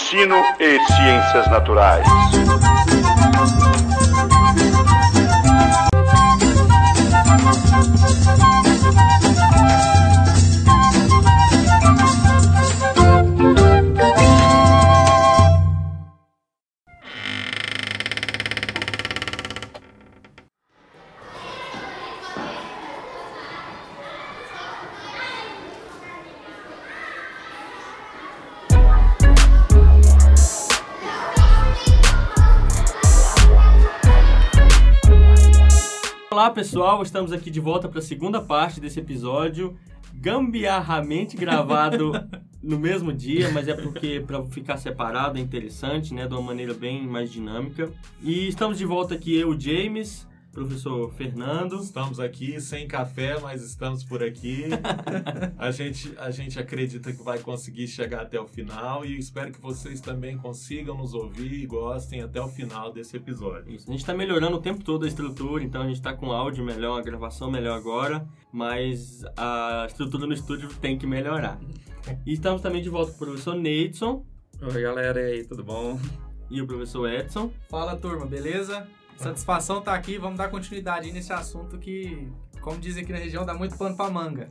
Ensino e Ciências Naturais. Olá pessoal, estamos aqui de volta para a segunda parte desse episódio, gambiarramente gravado no mesmo dia, mas é porque para ficar separado é interessante, né, de uma maneira bem mais dinâmica. E estamos de volta aqui eu, James, professor Fernando. Estamos aqui sem café, mas estamos por aqui. A gente acredita que vai conseguir chegar até o final e espero que vocês também consigam nos ouvir e gostem até o final desse episódio. Isso, a gente está melhorando o tempo todo a estrutura, então a gente está com áudio melhor, a gravação melhor agora, mas a estrutura no estúdio tem que melhorar. E estamos também de volta com o professor Neidson. Oi galera, e aí, tudo bom? E o professor Edson. Fala turma, beleza? Satisfação tá aqui, vamos dar continuidade aí nesse assunto que, como dizem aqui na região, dá muito pano pra manga.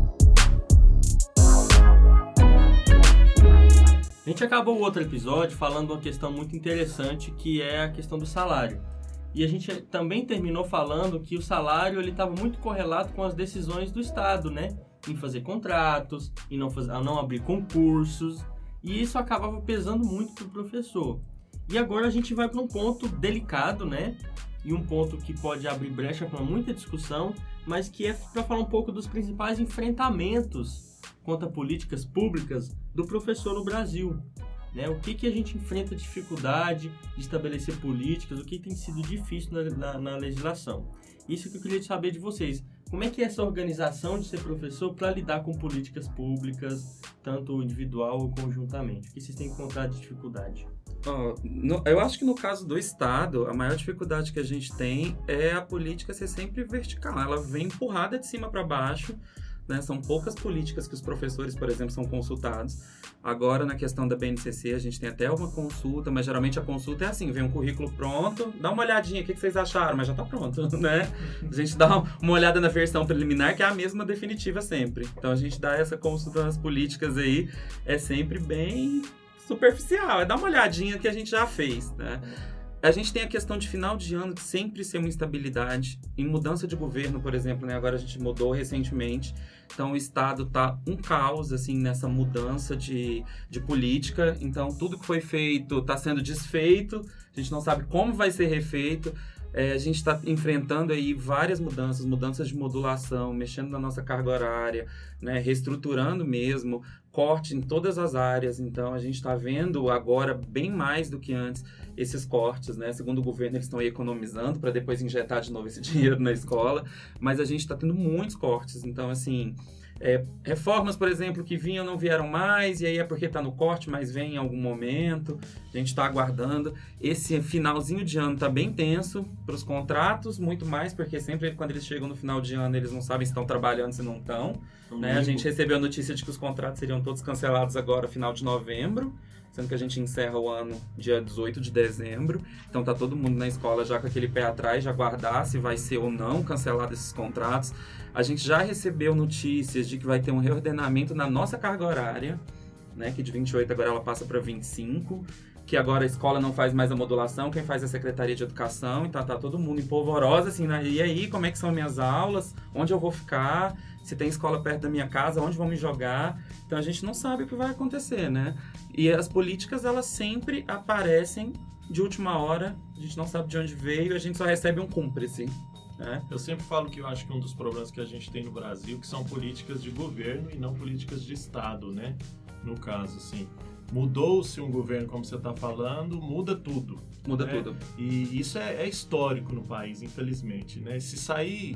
A gente acabou o outro episódio falando uma questão muito interessante, que é a questão do salário. E a gente também terminou falando que o salário estava muito correlato com as decisões do Estado, né? Em fazer contratos, em não abrir concursos, e isso acabava pesando muito para o professor. E agora a gente vai para um ponto delicado, né? E um ponto que pode abrir brecha para muita discussão, mas que é para falar um pouco dos principais enfrentamentos contra políticas públicas do professor no Brasil. Né? O que a gente enfrenta dificuldade de estabelecer políticas, o que tem sido difícil na legislação. Isso que eu queria saber de vocês. Como é que é essa organização de ser professor para lidar com políticas públicas, tanto individual ou conjuntamente? O que vocês têm encontrado de dificuldade? Eu acho que no caso do Estado, a maior dificuldade que a gente tem é a política ser sempre vertical. Ela vem empurrada de cima para baixo, né? São poucas políticas que os professores, por exemplo, são consultados. Agora, na questão da BNCC, a gente tem até uma consulta, mas geralmente a consulta é assim, vem um currículo pronto, dá uma olhadinha, o que vocês acharam? Mas já está pronto, né? A gente dá uma olhada na versão preliminar, que é a mesma definitiva sempre. Então, a gente dá essa consulta nas políticas aí, é sempre bem superficial, é dar uma olhadinha que a gente já fez, né? A gente tem a questão de final de ano de sempre ser uma instabilidade. Em mudança de governo, por exemplo, né? Agora a gente mudou recentemente. Então o Estado tá um caos, assim, nessa mudança de política. Então tudo que foi feito está sendo desfeito. A gente não sabe como vai ser refeito. A gente está enfrentando aí várias mudanças de modulação, mexendo na nossa carga horária, né? Reestruturando mesmo, corte em todas as áreas. Então a gente está vendo agora bem mais do que antes esses cortes, né? Segundo o governo, eles estão aí economizando para depois injetar de novo esse dinheiro na escola, mas a gente está tendo muitos cortes. Então, assim, reformas, por exemplo, que vinham não vieram mais, e aí é porque está no corte, mas vem em algum momento. A gente está aguardando. Esse finalzinho de ano está bem tenso para os contratos, muito mais, porque sempre quando eles chegam no final de ano, eles não sabem se estão trabalhando, se não estão. Né? A gente recebeu a notícia de que os contratos seriam todos cancelados agora, final de novembro, sendo que a gente encerra o ano dia 18 de dezembro. Então tá todo mundo na escola já com aquele pé atrás, já aguardar se vai ser ou não cancelado esses contratos. A gente já recebeu notícias de que vai ter um reordenamento na nossa carga horária, né, que de 28 agora ela passa para 25, que agora a escola não faz mais a modulação, quem faz é a Secretaria de Educação, então tá todo mundo em polvorosa, assim, né? E aí, como é que são minhas aulas? Onde eu vou ficar? Se tem escola perto da minha casa, onde vão me jogar? Então a gente não sabe o que vai acontecer, né? E as políticas, elas sempre aparecem de última hora, a gente não sabe de onde veio, a gente só recebe um cúmplice. Né? Eu sempre falo que eu acho que um dos problemas que a gente tem no Brasil que são políticas de governo e não políticas de Estado, né? No caso, assim, mudou-se um governo, como você está falando, muda tudo. Muda né? tudo. E isso é histórico no país, infelizmente, né? Se sair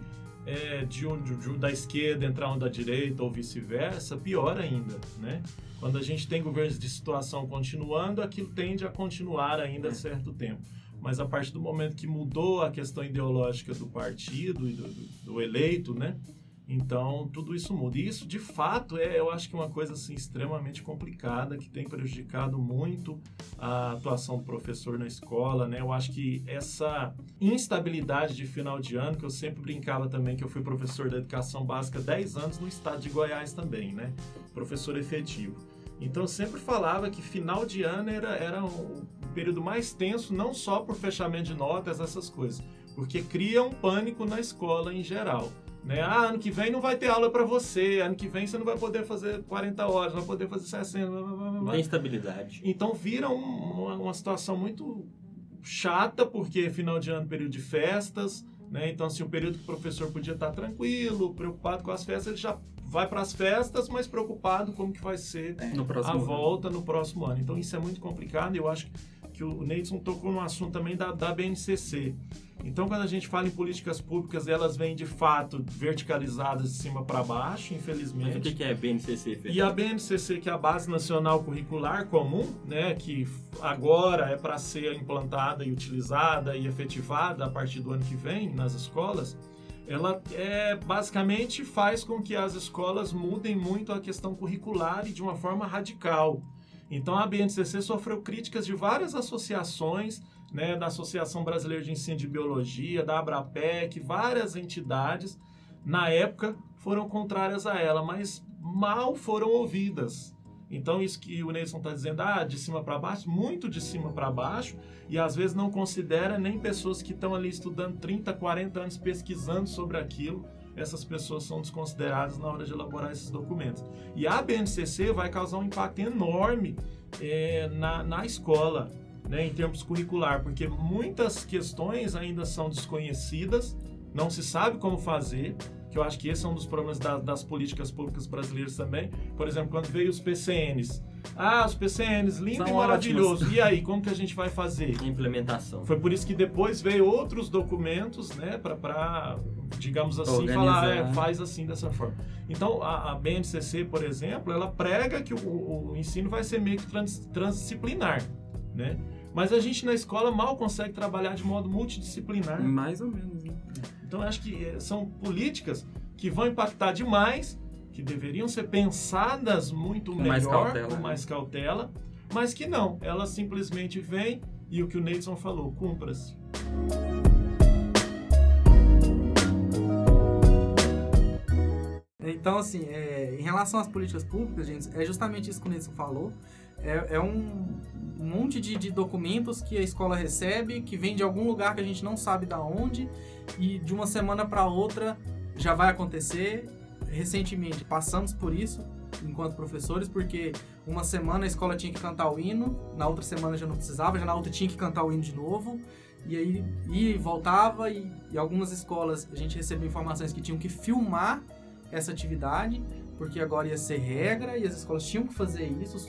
da esquerda, entrar um da direita ou vice-versa, pior ainda, né? Quando a gente tem governos de situação continuando, aquilo tende a continuar ainda há certo tempo. Mas a partir do momento que mudou a questão ideológica do partido e do eleito, né? Então, tudo isso muda. E isso, de fato, eu acho que é uma coisa assim, extremamente complicada, que tem prejudicado muito a atuação do professor na escola, né? Eu acho que essa instabilidade de final de ano, que eu sempre brincava também, que eu fui professor da educação básica 10 anos no estado de Goiás também, né? Professor efetivo. Então, eu sempre falava que final de ano era um período mais tenso, não só por fechamento de notas, essas coisas, porque cria um pânico na escola em geral. Né? Ano que vem não vai ter aula para você, ano que vem você não vai poder fazer 40 horas, vai poder fazer 60. Não tem estabilidade. Então vira uma situação muito chata, porque final de ano, período de festas, né? Então assim, o período que o professor podia estar tranquilo, preocupado com as festas, ele já vai para as festas, mas preocupado como que vai ser a volta no próximo ano. Então isso é muito complicado e eu acho que o Neidson tocou no assunto também da BNCC. Então, quando a gente fala em políticas públicas, elas vêm, de fato, verticalizadas de cima para baixo, infelizmente. Mas o que é BNCC, Fê? E a BNCC, que é a Base Nacional Curricular Comum, né, que agora é para ser implantada e utilizada e efetivada a partir do ano que vem nas escolas, ela basicamente faz com que as escolas mudem muito a questão curricular e de uma forma radical. Então, a BNCC sofreu críticas de várias associações, né, da Associação Brasileira de Ensino de Biologia, da Abrapec, várias entidades, na época, foram contrárias a ela, mas mal foram ouvidas. Então, isso que o Neidson está dizendo, de cima para baixo, muito de cima para baixo, e às vezes não considera nem pessoas que estão ali estudando 30, 40 anos pesquisando sobre aquilo, essas pessoas são desconsideradas na hora de elaborar esses documentos. E a BNCC vai causar um impacto enorme na escola, né, em termos curricular, porque muitas questões ainda são desconhecidas, não se sabe como fazer, que eu acho que esse é um dos problemas das políticas públicas brasileiras também. Por exemplo, quando veio os PCNs. Os PCNs, lindo e maravilhoso. E aí, como que a gente vai fazer? Implementação. Foi por isso que depois veio outros documentos, né, para digamos assim, organizar. Falar, faz assim, dessa forma. Então, a BNCC, por exemplo, ela prega que o ensino vai ser meio que transdisciplinar, né? Mas a gente na escola mal consegue trabalhar de modo multidisciplinar. Mais ou menos, né? Então, eu acho que são políticas que vão impactar demais, que deveriam ser pensadas muito melhor, com mais cautela, mas que não. Elas simplesmente vêm e o que o Neidson falou, cumpra-se. Então, assim, em relação às políticas públicas, gente, é justamente isso que o Neidson falou. É um monte de documentos que a escola recebe, que vem de algum lugar que a gente não sabe de onde, e de uma semana para outra já vai acontecer. Recentemente passamos por isso enquanto professores, porque uma semana a escola tinha que cantar o hino, na outra semana já não precisava, já na outra tinha que cantar o hino de novo, e aí ia e voltava, e algumas escolas a gente recebeu informações que tinham que filmar essa atividade, porque agora ia ser regra e as escolas tinham que fazer isso.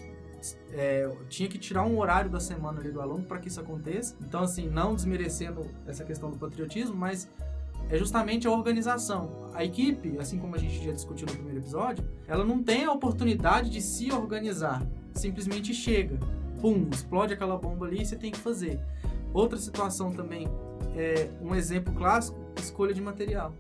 Tinha que tirar um horário da semana ali do aluno para que isso aconteça. Então, assim, não desmerecendo essa questão do patriotismo, mas é justamente a organização. A equipe, assim como a gente já discutiu no primeiro episódio, ela não tem a oportunidade de se organizar. Simplesmente chega, pum, explode aquela bomba ali e você tem que fazer. Outra situação também, um exemplo clássico, escolha de material.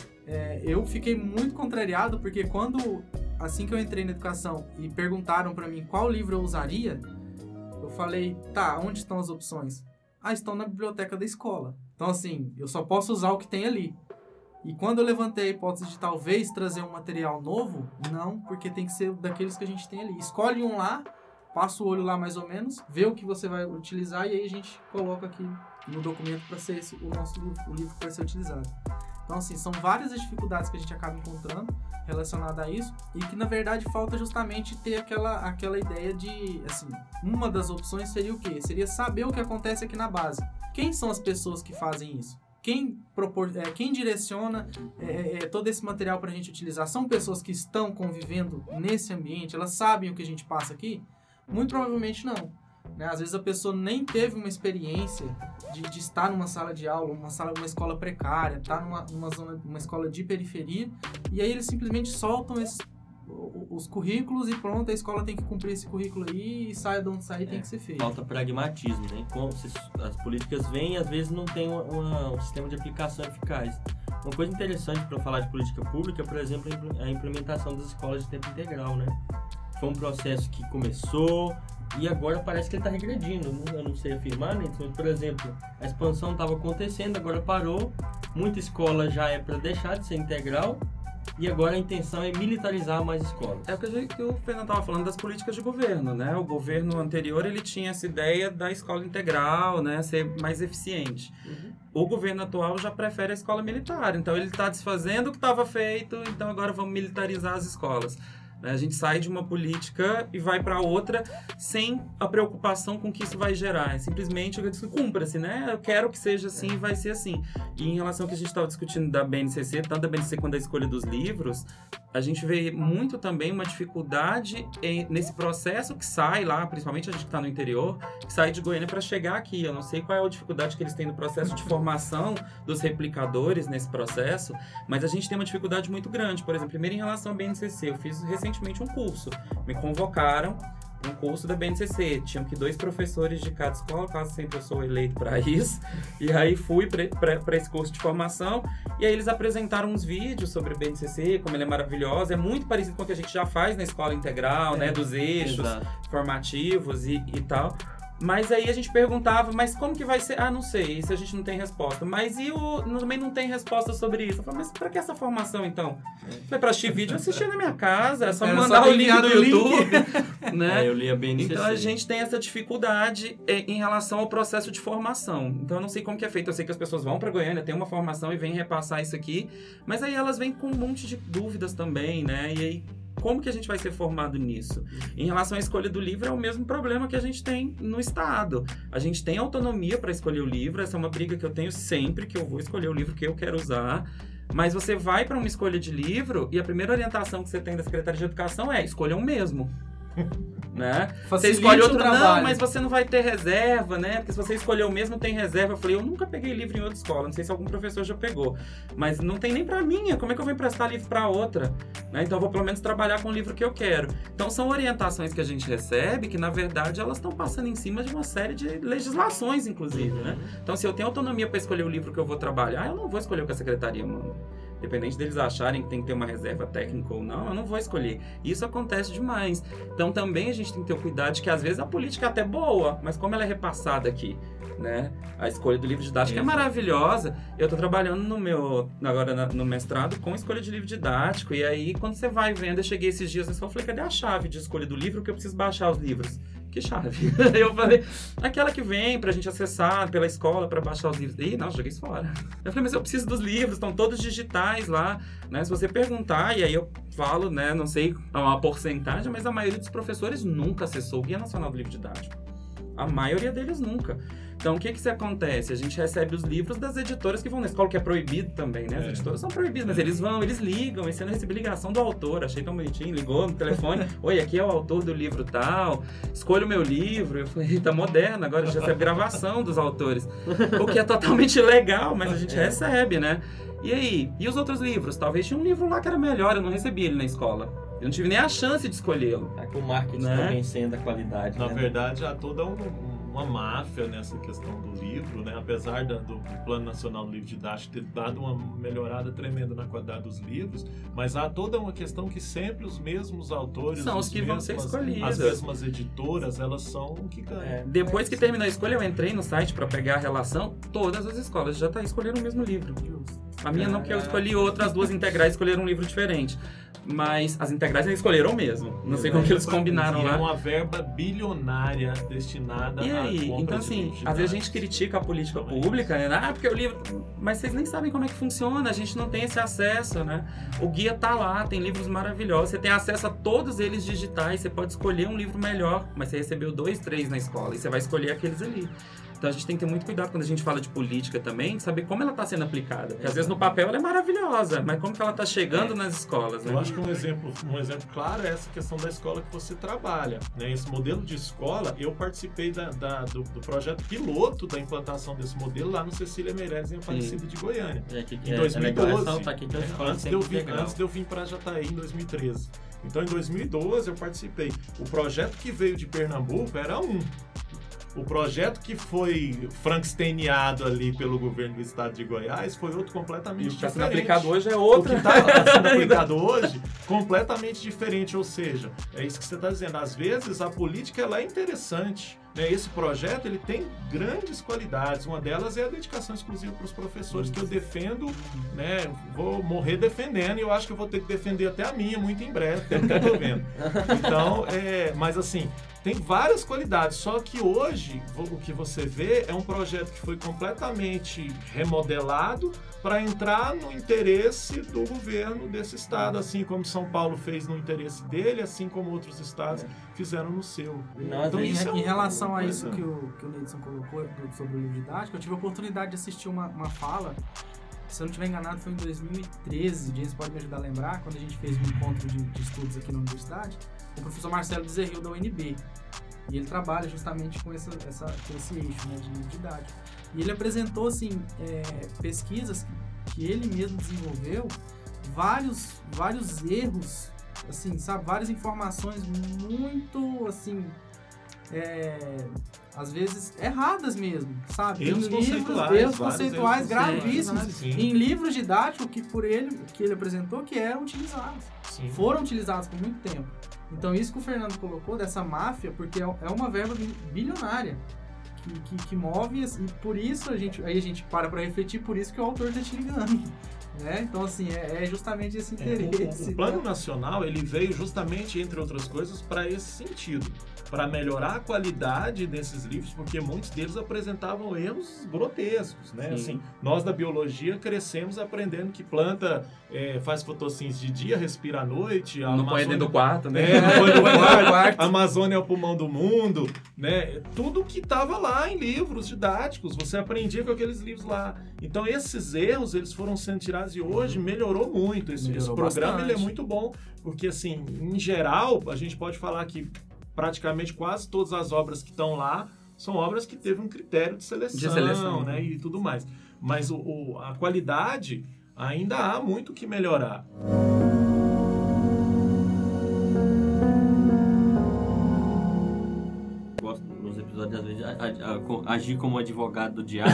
Eu fiquei muito contrariado porque assim que eu entrei na educação e perguntaram para mim qual livro eu usaria, eu falei, onde estão as opções? Estão na biblioteca da escola. Então, assim, eu só posso usar o que tem ali. E quando eu levantei a hipótese de talvez trazer um material novo, não, porque tem que ser daqueles que a gente tem ali. Escolhe um lá, passa o olho lá mais ou menos, vê o que você vai utilizar e aí a gente coloca aqui no documento para ser o nosso livro, o livro que vai ser utilizado. Então, assim, são várias as dificuldades que a gente acaba encontrando relacionada a isso e que, na verdade, falta justamente ter aquela ideia de, assim, uma das opções seria o quê? Seria saber o que acontece aqui na base. Quem são as pessoas que fazem isso? Quem direciona todo esse material para a gente utilizar? São pessoas que estão convivendo nesse ambiente? Elas sabem o que a gente passa aqui? Muito provavelmente não. Né? Às vezes a pessoa nem teve uma experiência de estar numa sala de aula, uma escola precária, estar numa escola de periferia, e aí eles simplesmente soltam os currículos e pronto, a escola tem que cumprir esse currículo aí e saia de onde sair, tem que ser feito. Falta pragmatismo, né? As políticas vêm e às vezes não tem um sistema de aplicação eficaz. Uma coisa interessante para falar de política pública é, por exemplo, a implementação das escolas de tempo integral, né? Foi um processo que começou e agora parece que ele está regredindo. Eu não sei afirmar, né? Então, por exemplo, a expansão estava acontecendo, agora parou. Muita escola já é para deixar de ser integral. E agora a intenção é militarizar mais escolas. É o que o Fernando estava falando das políticas de governo, né? O governo anterior, ele tinha essa ideia da escola integral, né? Ser mais eficiente. Uhum. O governo atual já prefere a escola militar. Então, ele está desfazendo o que estava feito, então agora vamos militarizar as escolas. A gente sai de uma política e vai para outra sem a preocupação com o que isso vai gerar. É simplesmente cumpra-se, né? Eu quero que seja assim e vai ser assim. E em relação ao que a gente estava discutindo da BNCC, tanto da BNCC quanto da escolha dos livros, a gente vê muito também uma dificuldade nesse processo que sai lá, principalmente a gente que está no interior, que sai de Goiânia para chegar aqui. Eu não sei qual é a dificuldade que eles têm no processo de formação dos replicadores nesse processo, mas a gente tem uma dificuldade muito grande. Por exemplo, primeiro em relação à BNCC, eu fiz recentemente um curso. Me convocaram um curso da BNCC. Tinham que 2 professores de cada escola, quase sempre eu sou eleito para isso. E aí fui para esse curso de formação. E aí eles apresentaram uns vídeos sobre a BNCC, como ela é maravilhosa. É muito parecido com o que a gente já faz na escola integral, né? Dos eixos formativos e tal. Mas aí a gente perguntava, mas como que vai ser? Ah, não sei, isso a gente não tem resposta. Mas também não tem resposta sobre isso. Eu falei, mas pra que essa formação, então? Foi pra assistir vídeo, eu assistia na minha casa, é só mandar o link do YouTube. Né? Eu li a BNCC. Então a gente tem essa dificuldade em relação ao processo de formação. Então eu não sei como que é feito. Eu sei que as pessoas vão pra Goiânia, tem uma formação e vêm repassar isso aqui. Mas aí elas vêm com um monte de dúvidas também, né? E aí, como que a gente vai ser formado nisso? Em relação à escolha do livro, é o mesmo problema que a gente tem no Estado. A gente tem autonomia para escolher o livro, essa é uma briga que eu tenho sempre, que eu vou escolher o livro que eu quero usar, mas você vai para uma escolha de livro e a primeira orientação que você tem da Secretaria de Educação é escolha um mesmo. Né? Você escolhe outro, não, mas você não vai ter reserva, né? Porque se você escolher o mesmo, tem reserva. Eu falei, eu nunca peguei livro em outra escola, não sei se algum professor já pegou, mas não tem nem pra minha, como é que eu vou emprestar livro pra outra? Né? Então eu vou pelo menos trabalhar com o livro que eu quero. Então são orientações que a gente recebe que na verdade elas estão passando em cima de uma série de legislações, inclusive, né? Então se eu tenho autonomia para escolher o livro que eu vou trabalhar, eu não vou escolher o que a secretaria manda. Independente deles acharem que tem que ter uma reserva técnica ou não, eu não vou escolher. Isso acontece demais. Então também a gente tem que ter o cuidado de que às vezes a política é até boa, mas como ela é repassada aqui, né? A escolha do livro didático é maravilhosa. Eu estou trabalhando agora no mestrado com escolha de livro didático. E aí, quando você vai vendo, eu cheguei esses dias na escola e falei, cadê a chave de escolha do livro que eu preciso baixar os livros? Que chave? Eu falei, aquela que vem pra gente acessar pela escola pra baixar os livros. Ih, não, joguei isso fora. Eu falei, mas eu preciso dos livros, estão todos digitais lá, né? Se você perguntar, e aí eu falo, né, não sei uma porcentagem, mas a maioria dos professores nunca acessou o Guia Nacional do Livro Didático. A maioria deles nunca. Então, o que acontece? A gente recebe os livros das editoras que vão na escola, que é proibido também, né? As editoras são proibidas, mas eles ligam. Esse ano eu recebi ligação do autor, achei tão bonitinho, ligou no telefone. Oi, aqui é o autor do livro tal, escolha o meu livro. Eu falei, tá moderno, agora a gente recebe gravação dos autores. O que é totalmente legal, mas a gente recebe, né? E aí? E os outros livros? Talvez tinha um livro lá que era melhor, eu não recebi ele na escola. Eu não tive nem a chance de escolhê-lo. É que o marketing está vencendo a qualidade. Na verdade, há toda uma máfia nessa questão do livro, né? Apesar do Plano Nacional do Livro Didático ter dado uma melhorada tremenda na qualidade dos livros, mas há toda uma questão que sempre os mesmos autores são os que vão ser escolhidos. As mesmas editoras, elas são o que ganham. Depois que terminou a escolha, eu entrei no site para pegar a relação, todas as escolas já escolheram o mesmo livro. A minha não, que eu escolhi outra, as 2 integrais escolheram um livro diferente. Mas as integrais eles escolheram mesmo. Não sei como que eles combinaram lá. É uma verba bilionária destinada a compra. Então assim, às vezes a gente critica a política pública, né? Ah, porque o livro... Mas vocês nem sabem como é que funciona, a gente não tem esse acesso, né? O guia tá lá, tem livros maravilhosos, você tem acesso a todos eles digitais, você pode escolher um livro melhor, mas você recebeu 2, 3 na escola e você vai escolher aqueles ali. Então a gente tem que ter muito cuidado quando a gente fala de política também, de saber como ela está sendo aplicada. Porque às vezes no papel ela é maravilhosa, mas como que ela está chegando nas escolas, né? Eu acho que um exemplo claro é essa questão da escola que você trabalha, né? Esse modelo de escola, eu participei do projeto piloto da implantação desse modelo lá no Cecília Meirelles, em Aparecida de Goiânia. Em 2012, antes de eu vir para Jataí em 2013. Então, em 2012, eu participei. O projeto que veio de Pernambuco era o projeto que foi frankensteiniado ali pelo governo do estado de Goiás foi outro completamente E o que está diferente. sendo aplicado hoje é outra. O que está sendo aplicado hoje, completamente diferente. Ou seja, é isso que você está dizendo. Às vezes, a política ela é interessante. Né? Esse projeto ele tem grandes qualidades. Uma delas é a dedicação exclusiva para os professores, que eu defendo, né? Vou morrer defendendo, e eu acho que eu vou ter que defender até a minha muito em breve, pelo que eu estou vendo. Então, mas assim, tem várias qualidades, só que hoje o que você vê é um projeto que foi completamente remodelado para entrar no interesse do governo desse estado, assim como São Paulo fez no interesse dele, assim como outros estados fizeram no seu. Não, Então, isso Em relação a coisa- isso que o Neidson colocou sobre o livro didático, eu tive a oportunidade de assistir uma fala, se eu não estiver enganado, foi em 2013, o James pode me ajudar a lembrar, quando a gente fez um encontro de estudos aqui na universidade, o professor Marcelo Bezerril da UNB. E ele trabalha justamente com esse eixo, né, de livro didático. E ele apresentou, assim, pesquisas que ele mesmo desenvolveu, vários erros, assim, sabe, várias informações muito, assim, às vezes erradas mesmo, sabe? Erros Em livros, conceituais, erros vários conceituais erros gravíssimos. conceituais, sim. Em livros didáticos que ele apresentou que eram utilizados. Sim. Foram utilizados por muito tempo. Então isso que o Fernando colocou dessa máfia, porque é uma verba bilionária que move, e por isso a gente para refletir, por isso que o autor está te ligando. Né? Então, assim, é justamente esse interesse. O Plano Nacional, ele veio justamente, entre outras coisas, para esse sentido. Para melhorar a qualidade desses livros, porque muitos deles apresentavam erros grotescos, né? Assim, nós da biologia crescemos aprendendo que planta faz fotossíntese de dia, respira à noite. Não põe dentro do quarto, né? Não põe dentro do quarto. A Amazônia é o pulmão do mundo, né? Tudo que estava lá em livros didáticos, você aprendia com aqueles livros lá. Então, esses erros, eles foram sendo tirados e hoje melhorou muito. Esse programa ele é muito bom, porque, assim, em geral, a gente pode falar que praticamente quase todas as obras que estão lá são obras que teve um critério de seleção, né, e tudo mais. Mas a qualidade ainda há muito que melhorar. Gosto nos episódios, às vezes, agir como advogado do diabo.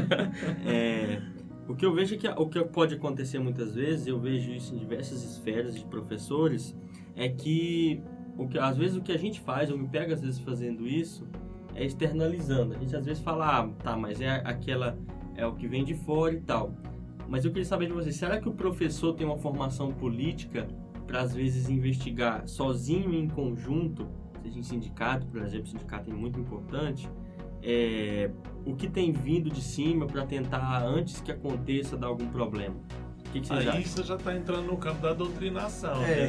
O que eu vejo é que o que pode acontecer muitas vezes, eu vejo isso em diversas esferas de professores, é que às vezes o que a gente faz, eu me pego às vezes fazendo isso, é externalizando. A gente às vezes fala, mas é o que vem de fora e tal. Mas eu queria saber de vocês, será que o professor tem uma formação política para às vezes investigar sozinho e em conjunto, seja em sindicato, por exemplo, sindicato é muito importante, o que tem vindo de cima para tentar, antes que aconteça, dar algum problema? O que vocês acham? Aí você já está entrando no campo da doutrinação. É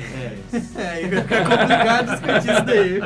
Né? complicado discutir isso daí.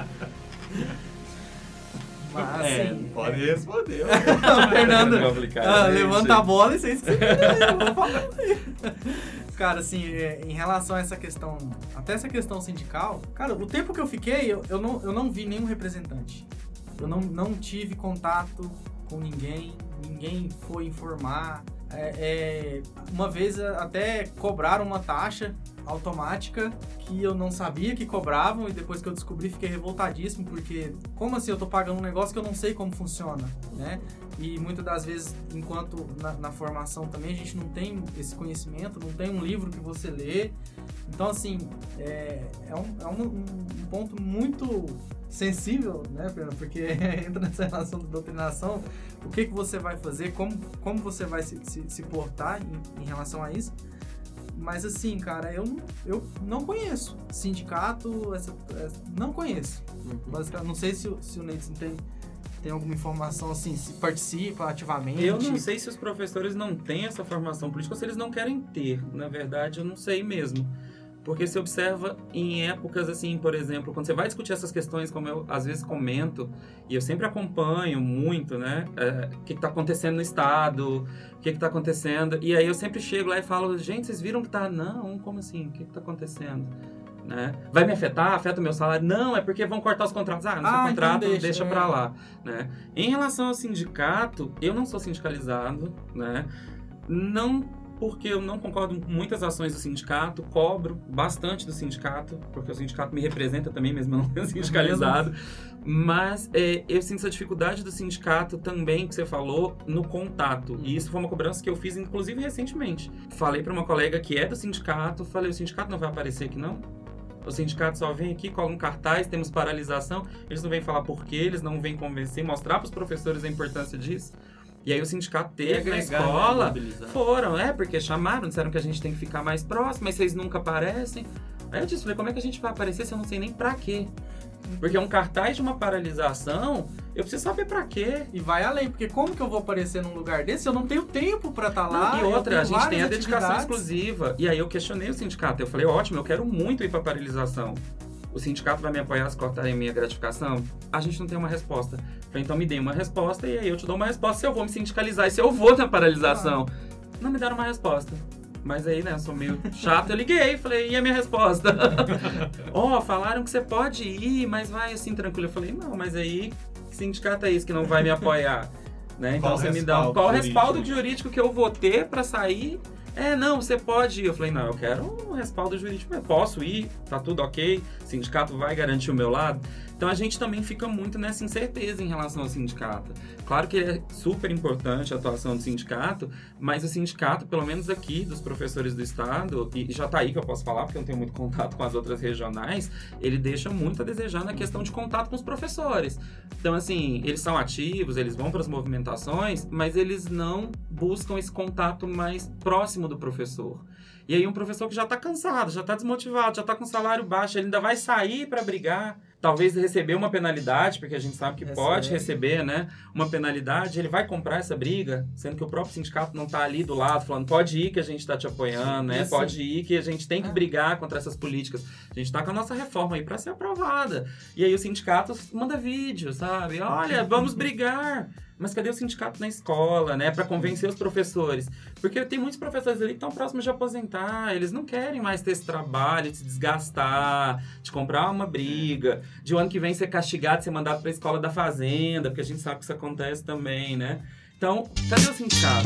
Mas, assim, Pode responder. Fernando, complicado, levanta a bola e vocês que vão falando aí. Cara, assim, em relação a essa questão, até essa questão sindical, cara, o tempo que eu fiquei, eu não vi nenhum representante. Eu não tive contato com ninguém foi informar. Uma vez até cobraram uma taxa automática que eu não sabia que cobravam, e depois que eu descobri fiquei revoltadíssimo, porque como assim eu tô pagando um negócio que eu não sei como funciona, né? E muitas das vezes, enquanto na formação também, a gente não tem esse conhecimento, não tem um livro que você lê. Então, assim, é um ponto muito sensível, né, Fernando? Porque entra nessa relação de doutrinação, o que você vai fazer, como você vai se portar em relação a isso. Mas assim, cara, eu não conheço sindicato, não conheço. Basicamente, não sei se o Neidson tem alguma informação assim, se participa ativamente. Eu não sei se os professores não têm essa formação política ou se eles não querem ter. Na verdade, eu não sei mesmo. Porque se observa em épocas assim, por exemplo, quando você vai discutir essas questões, como eu às vezes comento, e eu sempre acompanho muito, né, o que está acontecendo no Estado, o que está acontecendo, e aí eu sempre chego lá e falo, gente, vocês viram que tá... Não, como assim? O que está acontecendo? Né? Vai me afetar? Afeta o meu salário? Não, é porque vão cortar os contratos. No seu contrato, então deixa pra lá. Né? Em relação ao sindicato, eu não sou sindicalizado, né? Não porque eu não concordo com muitas ações do sindicato, cobro bastante do sindicato, porque o sindicato me representa também, mesmo não sendo sindicalizado. Mas eu sinto essa dificuldade do sindicato também, que você falou, no contato. E isso foi uma cobrança que eu fiz, inclusive, recentemente. Falei para uma colega que é do sindicato, falei, o sindicato não vai aparecer aqui, não? O sindicato só vem aqui, cola um cartaz, temos paralisação, eles não vêm falar por quê, eles não vêm convencer, mostrar para os professores a importância disso. E aí o sindicato teve na escola, foram, porque chamaram, disseram que a gente tem que ficar mais próximo, mas vocês nunca aparecem. Aí eu disse, falei, como é que a gente vai aparecer se eu não sei nem pra quê? Porque um cartaz de uma paralisação, eu preciso saber pra quê. E vai além, porque como que eu vou aparecer num lugar desse se eu não tenho tempo pra estar lá? E outra, a gente tem a dedicação exclusiva. E aí eu questionei o sindicato, eu falei, ótimo, eu quero muito ir pra paralisação. O sindicato vai me apoiar se cortarem a minha gratificação? A gente não tem uma resposta. Falei, então me dê uma resposta e aí eu te dou uma resposta se eu vou me sindicalizar e se eu vou na paralisação. Não me deram uma resposta. Mas aí, né, eu sou meio chato, eu liguei, falei, e a minha resposta? Falaram que você pode ir, mas vai assim, tranquilo. Eu falei, não, mas aí, que sindicato é esse que não vai me apoiar? Né? Então você me dá qual o respaldo jurídico que eu vou ter pra sair? Não, você pode ir. Eu falei, não, eu quero um respaldo jurídico, eu posso ir, tá tudo ok, o sindicato vai garantir o meu lado. Então a gente também fica muito nessa incerteza em relação ao sindicato. Claro que é super importante a atuação do sindicato, mas o sindicato, pelo menos aqui, dos professores do estado, e já tá aí que eu posso falar, porque eu não tenho muito contato com as outras regionais, ele deixa muito a desejar na questão de contato com os professores. Então, assim, eles são ativos, eles vão para as movimentações, mas eles não buscam esse contato mais próximo do professor. E aí um professor que já está cansado, já está desmotivado, já está com salário baixo, ele ainda vai sair para brigar, talvez receber uma penalidade, porque a gente sabe que pode receber, né, uma penalidade, ele vai comprar essa briga, sendo que o próprio sindicato não está ali do lado, falando, pode ir que a gente está te apoiando, né, pode ir que a gente tem que brigar contra essas políticas. A gente está com a nossa reforma aí para ser aprovada. E aí o sindicato manda vídeo, sabe? Olha, vamos brigar. Mas cadê o sindicato na escola, né? Para convencer os professores? Porque tem muitos professores ali que estão próximos de aposentar. Eles não querem mais ter esse trabalho de se desgastar, de comprar uma briga, de o ano que vem ser castigado, ser mandado para a escola da fazenda, porque a gente sabe que isso acontece também, né? Então, cadê o sindicato?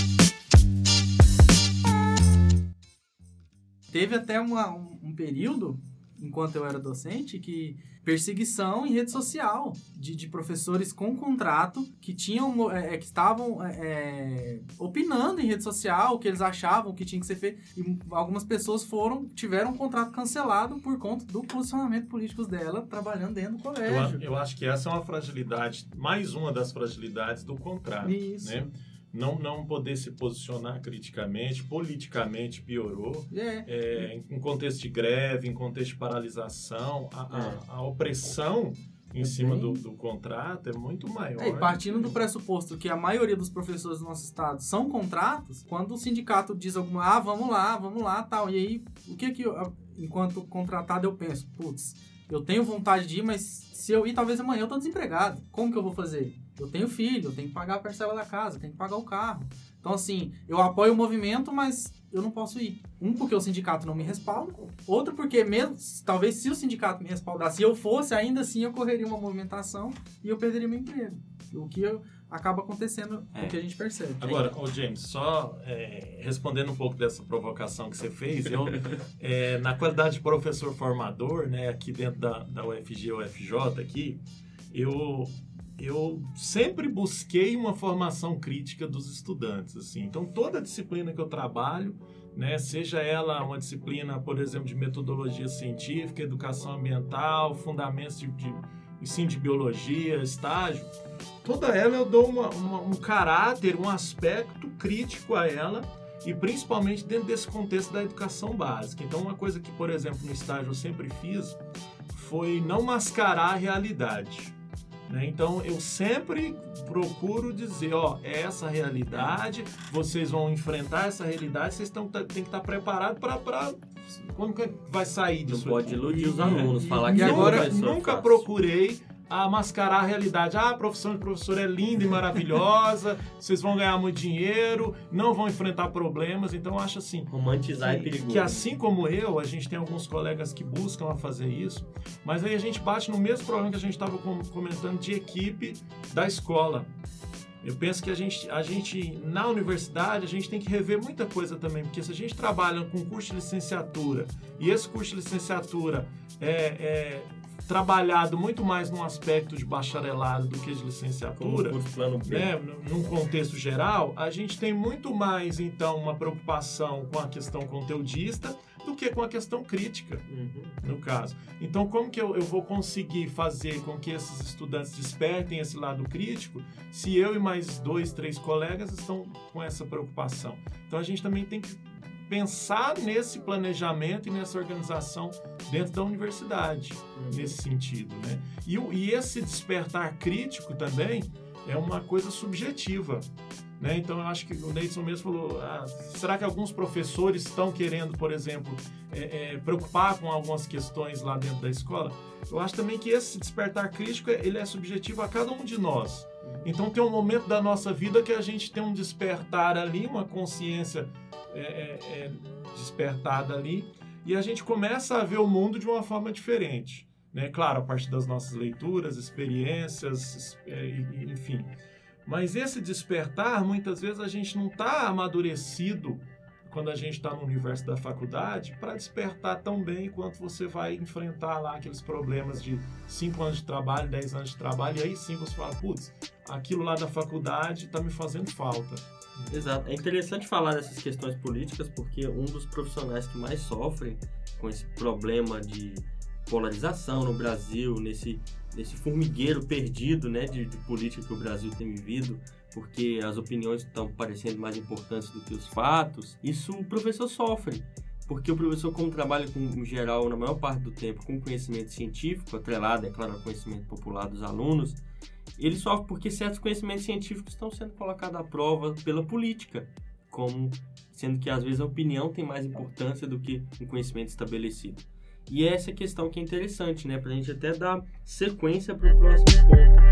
Teve até um período, enquanto eu era docente, que perseguição em rede social de professores com contrato que tinham que estavam opinando em rede social o que eles achavam que tinha que ser feito, e algumas pessoas tiveram um contrato cancelado por conta do posicionamento político dela trabalhando dentro do colégio. Eu acho que essa é uma fragilidade, mais uma das fragilidades do contrato. Isso. Né? Não poder se posicionar criticamente, politicamente piorou. Em contexto de greve, em contexto de paralisação, a opressão em cima do contrato é muito maior. E partindo do pressuposto que a maioria dos professores do nosso estado são contratos, quando o sindicato diz alguma, vamos lá, tal, e aí, o que eu, enquanto contratado, eu penso, eu tenho vontade de ir, mas se eu ir, talvez amanhã eu tô desempregado. Como que eu vou fazer? Eu tenho filho, eu tenho que pagar a parcela da casa, eu tenho que pagar o carro. Então, assim, eu apoio o movimento, mas eu não posso ir. Porque o sindicato não me respalda. Outro, porque mesmo, talvez se o sindicato me respaldasse e eu fosse, ainda assim eu correria uma movimentação e eu perderia meu emprego. O que acaba acontecendo, o que a gente percebe. Agora, James, só respondendo um pouco dessa provocação que você fez, eu, na qualidade de professor formador, né, aqui dentro da UFG, UFJ, aqui, eu sempre busquei uma formação crítica dos estudantes, assim. Então, toda disciplina que eu trabalho, né, seja ela uma disciplina, por exemplo, de metodologia científica, educação ambiental, fundamentos de ensino de biologia, estágio, toda ela eu dou um caráter, um aspecto crítico a ela, e principalmente dentro desse contexto da educação básica. Então, uma coisa que, por exemplo, no estágio eu sempre fiz foi não mascarar a realidade. Então, eu sempre procuro dizer, essa realidade, vocês vão enfrentar essa realidade, vocês têm que estar preparados para quando que vai sair disso. Não pode iludir os alunos, falar que agora nunca procurei mascarar a realidade. A profissão de professor é linda e maravilhosa, vocês vão ganhar muito dinheiro, não vão enfrentar problemas. Então, eu acho assim... Romantizar é perigoso. Que assim como a gente tem alguns colegas que buscam fazer isso, mas aí a gente bate no mesmo problema que a gente estava comentando de equipe da escola. Eu penso que a gente na universidade, a gente tem que rever muita coisa também, porque se a gente trabalha com curso de licenciatura, e esse curso de licenciatura é trabalhado muito mais num aspecto de bacharelado do que de licenciatura, né, num contexto geral, a gente tem muito mais, então, uma preocupação com a questão conteudista do que com a questão crítica, no caso. Então, como que eu vou conseguir fazer com que esses estudantes despertem esse lado crítico se eu e mais 2, 3 colegas estão com essa preocupação? Então, a gente também tem que pensar nesse planejamento e nessa organização dentro da universidade, nesse sentido, né? E esse despertar crítico também é uma coisa subjetiva, né? Então, eu acho que o Neidson mesmo falou, será que alguns professores estão querendo, por exemplo, preocupar com algumas questões lá dentro da escola? Eu acho também que esse despertar crítico, ele é subjetivo a cada um de nós. Então, tem um momento da nossa vida que a gente tem um despertar ali, uma consciência despertada ali, e a gente começa a ver o mundo de uma forma diferente, né? Claro, a partir das nossas leituras, experiências, enfim. Mas esse despertar, muitas vezes a gente não está amadurecido quando a gente está no universo da faculdade para despertar tão bem quanto você vai enfrentar lá aqueles problemas de 5 anos de trabalho, 10 anos de trabalho, e aí sim você fala, putz, aquilo lá da faculdade está me fazendo falta. Exato. É interessante falar dessas questões políticas porque um dos profissionais que mais sofrem com esse problema de polarização no Brasil, nesse formigueiro perdido, né, de política que o Brasil tem vivido, porque as opiniões estão parecendo mais importantes do que os fatos, isso o professor sofre. Porque o professor, como trabalha em geral, na maior parte do tempo, com conhecimento científico, atrelado, é claro, ao conhecimento popular dos alunos, ele sofre porque certos conhecimentos científicos estão sendo colocados à prova pela política, como sendo que às vezes a opinião tem mais importância do que um conhecimento estabelecido. E é essa questão que é interessante, né, para a gente até dar sequência para o próximo ponto.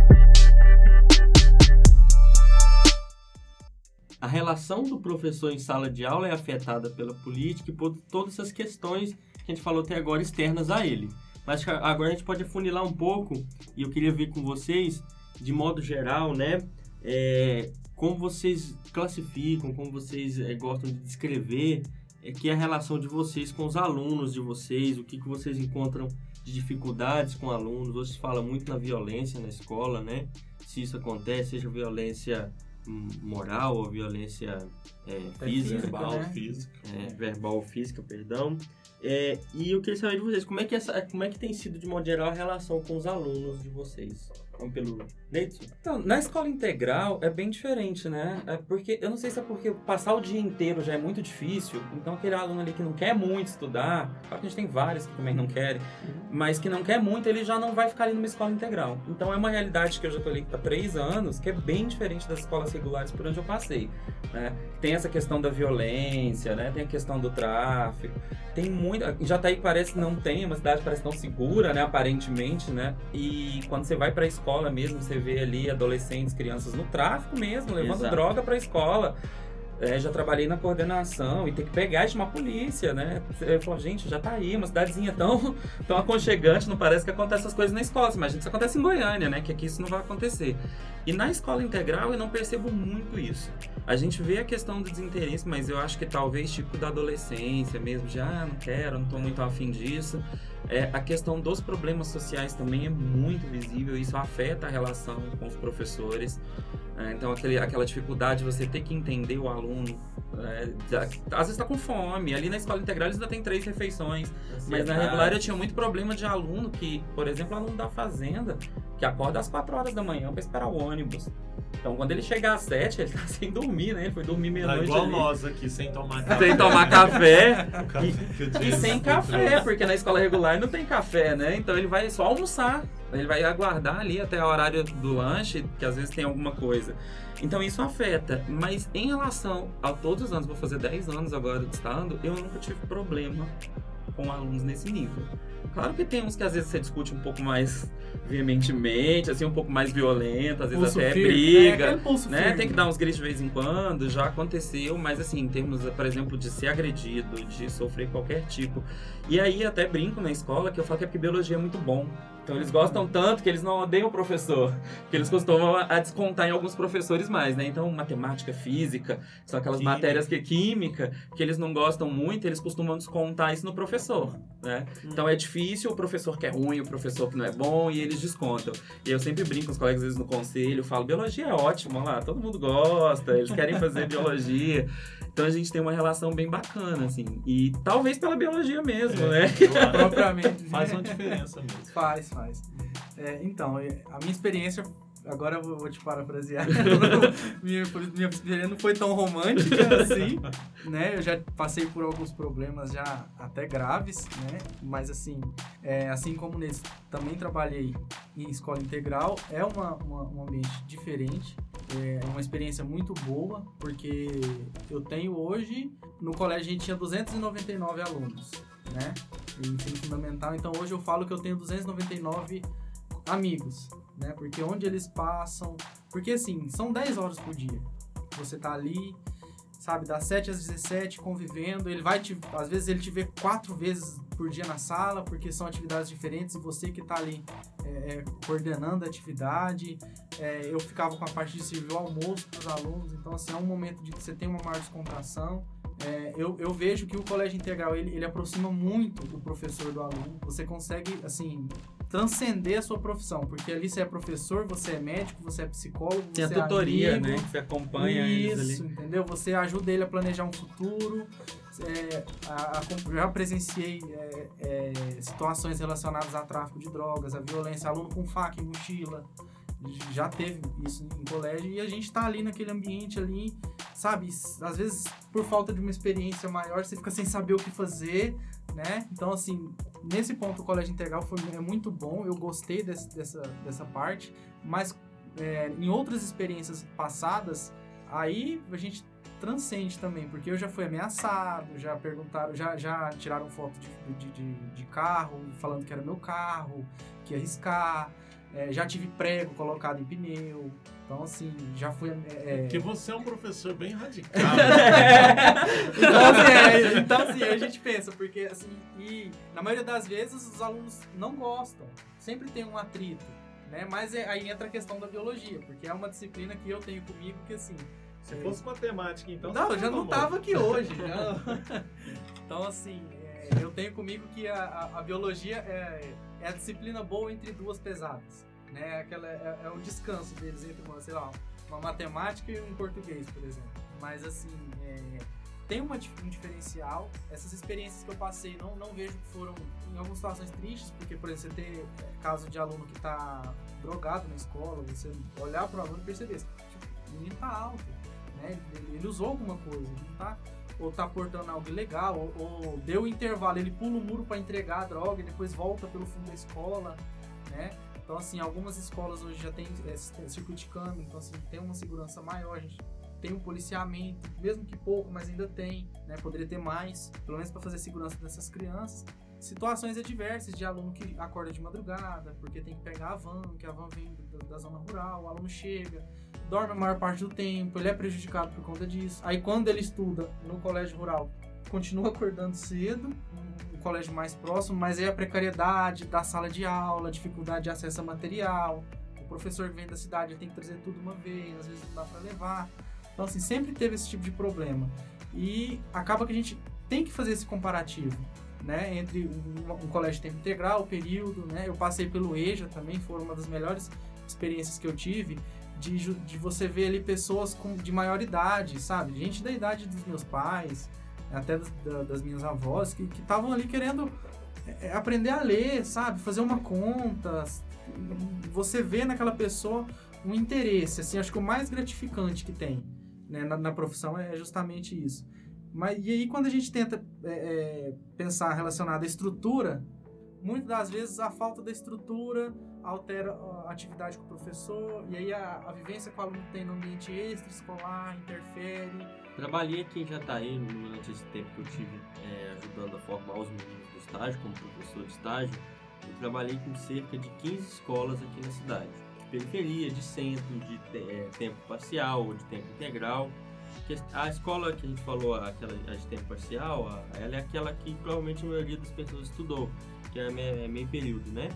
A relação do professor em sala de aula é afetada pela política e por todas essas questões que a gente falou até agora externas a ele. Mas agora a gente pode afunilar um pouco, e eu queria ver com vocês, de modo geral, né, como vocês classificam, como vocês gostam de descrever, que é a relação de vocês com os alunos de vocês, o que vocês encontram de dificuldades com alunos. Hoje se fala muito na violência na escola, né? Se isso acontece, seja violência moral ou violência física, verbal ou física, perdão. E eu queria saber de vocês, como é que tem sido, de modo geral, a relação com os alunos de vocês? Vamos pelo Neidson? Então, na escola integral é bem diferente, né? Porque, eu não sei se é porque passar o dia inteiro já é muito difícil, então aquele aluno ali que não quer muito estudar, claro que a gente tem vários que também não querem, mas que não quer muito, ele já não vai ficar ali numa escola integral. Então é uma realidade que eu já estou ali há 3 anos, que é bem diferente das escolas regulares por onde eu passei, né? Tem essa questão da violência, né? Tem a questão do tráfico, tem muito... Jataí parece que não tem, uma cidade parece tão segura, né? Aparentemente, né? E quando você vai para a escola mesmo, você vê ali adolescentes, crianças no tráfico mesmo, levando droga para a escola. Já trabalhei na coordenação e tem que pegar e chamar a polícia, né? Eu falo, gente, já tá aí, uma cidadezinha tão aconchegante, não parece que acontece essas coisas na escola. Você imagina que isso acontece em Goiânia, né? Que aqui isso não vai acontecer. E na escola integral eu não percebo muito isso. A gente vê a questão do desinteresse, mas eu acho que talvez tipo da adolescência mesmo, já não quero, não tô muito afim disso. A questão dos problemas sociais também é muito visível, isso afeta a relação com os professores. Então, aquela dificuldade de você ter que entender o aluno. Às vezes está com fome. Ali na escola integral eles ainda tem 3 refeições. Mas na regular eu tinha muito problema de aluno que, por exemplo, aluno da fazenda, que acorda às 4 horas da manhã para esperar o ônibus. Então, quando ele chegar às 7, ele tá sem dormir, né? Ele foi dormir meia-noite igual ali. Nós aqui, sem tomar café. Sem tomar café. E sem café, porque na escola regular não tem café, né? Então, ele vai só almoçar. Ele vai aguardar ali até o horário do lanche, que às vezes tem alguma coisa. Então, isso afeta. Mas, em relação a todos os anos, vou fazer 10 anos agora de estado, eu nunca tive problema com alunos nesse nível. Claro que tem uns que às vezes você discute um pouco mais veementemente, assim, um pouco mais violento, às vezes pulso até firme, briga, né? Firme. Tem que dar uns gritos de vez em quando, já aconteceu, mas assim, em termos, por exemplo, de ser agredido, de sofrer qualquer tipo. E aí até brinco na escola que eu falo que é porque biologia é muito bom. Então eles gostam tanto que eles não odeiam o professor, que eles costumam a descontar em alguns professores mais, né? Então matemática, física, são aquelas matérias química, que eles não gostam muito, eles costumam descontar isso no professor, né? Então é difícil, o professor que é ruim, o professor que não é bom, e eles descontam. E eu sempre brinco com os colegas às vezes no conselho, falo, biologia é ótimo, olha lá, todo mundo gosta, eles querem fazer biologia. Então a gente tem uma relação bem bacana, assim. E talvez pela biologia mesmo, né? Propriamente. Faz uma diferença mesmo. Faz. Então, a minha experiência... Agora eu vou te parafrasear. minha experiência não foi tão romântica assim, né? Eu já passei por alguns problemas já até graves, né? Mas assim, assim como nesse, também trabalhei em escola integral, é um ambiente diferente. É uma experiência muito boa, porque eu tenho hoje, no colégio a gente tinha 299 alunos, né? Em ensino fundamental, então hoje eu falo que eu tenho 299 amigos, né? Porque onde eles passam... Porque, assim, são 10 horas por dia. Você tá ali, sabe, das 7 às 17, convivendo. Ele vai às vezes ele te vê 4 vezes por dia na sala, porque são atividades diferentes e você que tá ali coordenando a atividade. Eu ficava com a parte de servir o almoço para os alunos. Então, assim, é um momento de que você tem uma maior descontração. Eu vejo que o colégio integral, ele aproxima muito o professor do aluno. Você consegue, assim... transcender a sua profissão, porque ali você é professor, você é médico, você é psicólogo, tem você a tutoria, amigo, né? Que você acompanha eles ali. Isso, entendeu? Você ajuda ele a planejar um futuro. Já presenciei situações relacionadas a tráfico de drogas, a violência, aluno com faca e mochila. Já teve isso em colégio e a gente tá ali naquele ambiente ali, sabe? Às vezes, por falta de uma experiência maior, você fica sem saber o que fazer, né? Então, assim, nesse ponto o colégio integral é muito bom, eu gostei dessa parte, mas em outras experiências passadas, aí a gente transcende também, porque eu já fui ameaçado, já perguntaram, já tiraram foto de carro, falando que era meu carro, que ia riscar, já tive prego colocado em pneu. Então, assim, já fui... Porque você é um professor bem radical. Então, assim, a gente pensa, porque, assim, e na maioria das vezes os alunos não gostam. Sempre tem um atrito, né? Mas aí entra a questão da biologia, porque é uma disciplina que eu tenho comigo que, assim... Se fosse matemática, então... Não, eu já não tava aqui hoje. Então, assim, eu tenho comigo que a biologia é a disciplina boa entre duas pesadas. Né? É um descanso deles entre uma matemática e um português, por exemplo. Mas, assim, tem um diferencial. Essas experiências que eu passei, não vejo que foram, em algumas situações, tristes, porque, por exemplo, você ter caso de aluno que tá drogado na escola, você olhar para o aluno e perceber, tipo, o menino tá alto, né? Ele usou alguma coisa, não tá... ou tá portando algo ilegal, ou deu intervalo, ele pula o muro para entregar a droga e depois volta pelo fundo da escola, né? Então, assim, algumas escolas hoje já tem circuito de câmera, então, assim, tem uma segurança maior, a gente tem um policiamento, mesmo que pouco, mas ainda tem, né? Poderia ter mais, pelo menos para fazer segurança dessas crianças. Situações adversas de aluno que acorda de madrugada, porque tem que pegar a van, que a van vem da zona rural, o aluno chega, dorme a maior parte do tempo, ele é prejudicado por conta disso. Aí, quando ele estuda no colégio rural, continua acordando cedo, no colégio mais próximo, mas aí a precariedade da sala de aula, dificuldade de acesso a material, o professor que vem da cidade tem que trazer tudo uma vez, às vezes não dá para levar. Então, assim, sempre teve esse tipo de problema. E acaba que a gente tem que fazer esse comparativo, né, entre um colégio de tempo integral, o período, né? Eu passei pelo EJA também, foi uma das melhores experiências que eu tive, de você ver ali pessoas de maior idade, sabe? Gente da idade dos meus pais, até das minhas avós, que estavam ali querendo aprender a ler, sabe? Fazer uma conta. Você vê naquela pessoa um interesse, assim, acho que o mais gratificante que tem, né, na profissão é justamente isso. E aí, quando a gente tenta pensar relacionado à estrutura, muitas das vezes a falta da estrutura altera a atividade com o professor, e aí a vivência que o aluno tem no ambiente extraescolar interfere. Trabalhei aqui em Jataí durante esse tempo que eu tive ajudando a formar os meninos do estágio, como professor de estágio. Eu trabalhei com cerca de 15 escolas aqui na cidade, de periferia, de centro, de tempo parcial ou de tempo integral. A escola que a gente falou, aquela de tempo parcial, ela é aquela que provavelmente a maioria das pessoas estudou, que é meio período, né?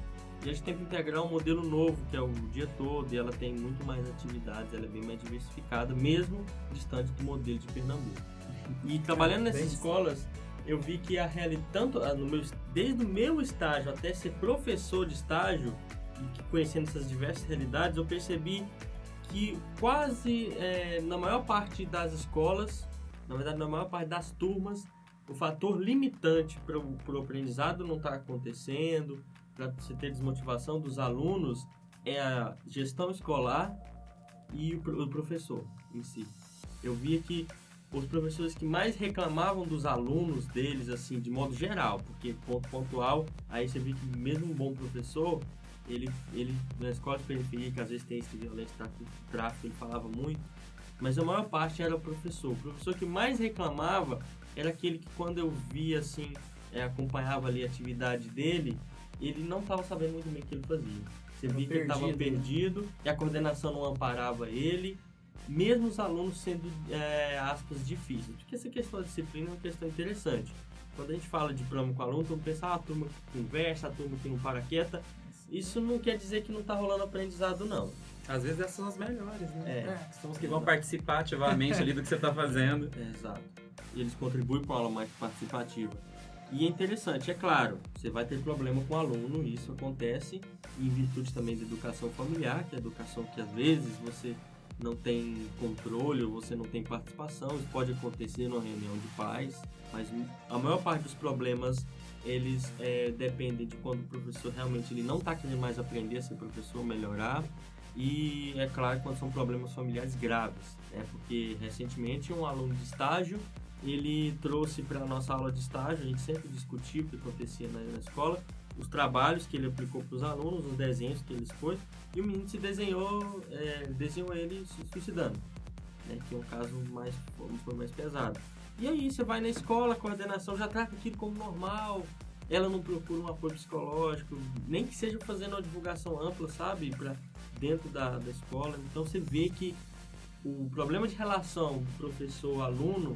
E a Tempo Integral é um modelo novo, que é o dia todo, e ela tem muito mais atividades, ela é bem mais diversificada, mesmo distante do modelo de Pernambuco. E trabalhando nessas escolas, eu vi que a realidade, desde o meu estágio até ser professor de estágio, e conhecendo essas diversas realidades, eu percebi que quase na maior parte das escolas, na verdade na maior parte das turmas, o fator limitante para o aprendizado não está acontecendo, para você ter desmotivação dos alunos, é a gestão escolar e o professor em si. Eu via que os professores que mais reclamavam dos alunos deles, assim, de modo geral, porque ponto pontual, aí você vê que mesmo um bom professor, ele na escola de periferia, que às vezes tem esse violência, tráfico, ele falava muito, mas a maior parte era o professor. O professor que mais reclamava era aquele que, quando eu via, assim, acompanhava ali a atividade dele, ele não estava sabendo muito bem o que ele fazia. Você via que ele estava perdido, e a coordenação não amparava ele, mesmo os alunos sendo, aspas, difíceis. Porque essa questão da disciplina é uma questão interessante. Quando a gente fala de problema com o aluno, todo mundo pensa, a turma que conversa, a turma que não para quieta. Isso não quer dizer que não está rolando aprendizado, não. Às vezes essas são as melhores, né? São os que vão Exato. participar ativamente ali do que você está fazendo. Exato. E eles contribuem para uma aula mais participativa. E é interessante, é claro, você vai ter problema com o aluno, isso acontece em virtude também da educação familiar, que é a educação que às vezes você não tem controle ou você não tem participação, isso pode acontecer numa reunião de pais, mas a maior parte dos problemas, eles dependem de quando o professor realmente ele não está querendo mais aprender a ser professor, melhorar, e é claro quando são problemas familiares graves, porque recentemente um aluno de estágio, ele trouxe para a nossa aula de estágio, a gente sempre discutia o que acontecia na escola, os trabalhos que ele aplicou para os alunos, os desenhos que ele expôs, e o menino se desenhou ele se suicidando, que é um caso foi mais pesado. E aí você vai na escola, a coordenação já trata aquilo como normal, ela não procura um apoio psicológico, nem que seja fazendo uma divulgação ampla, sabe, para dentro da escola. Então você vê que o problema de relação do professor-aluno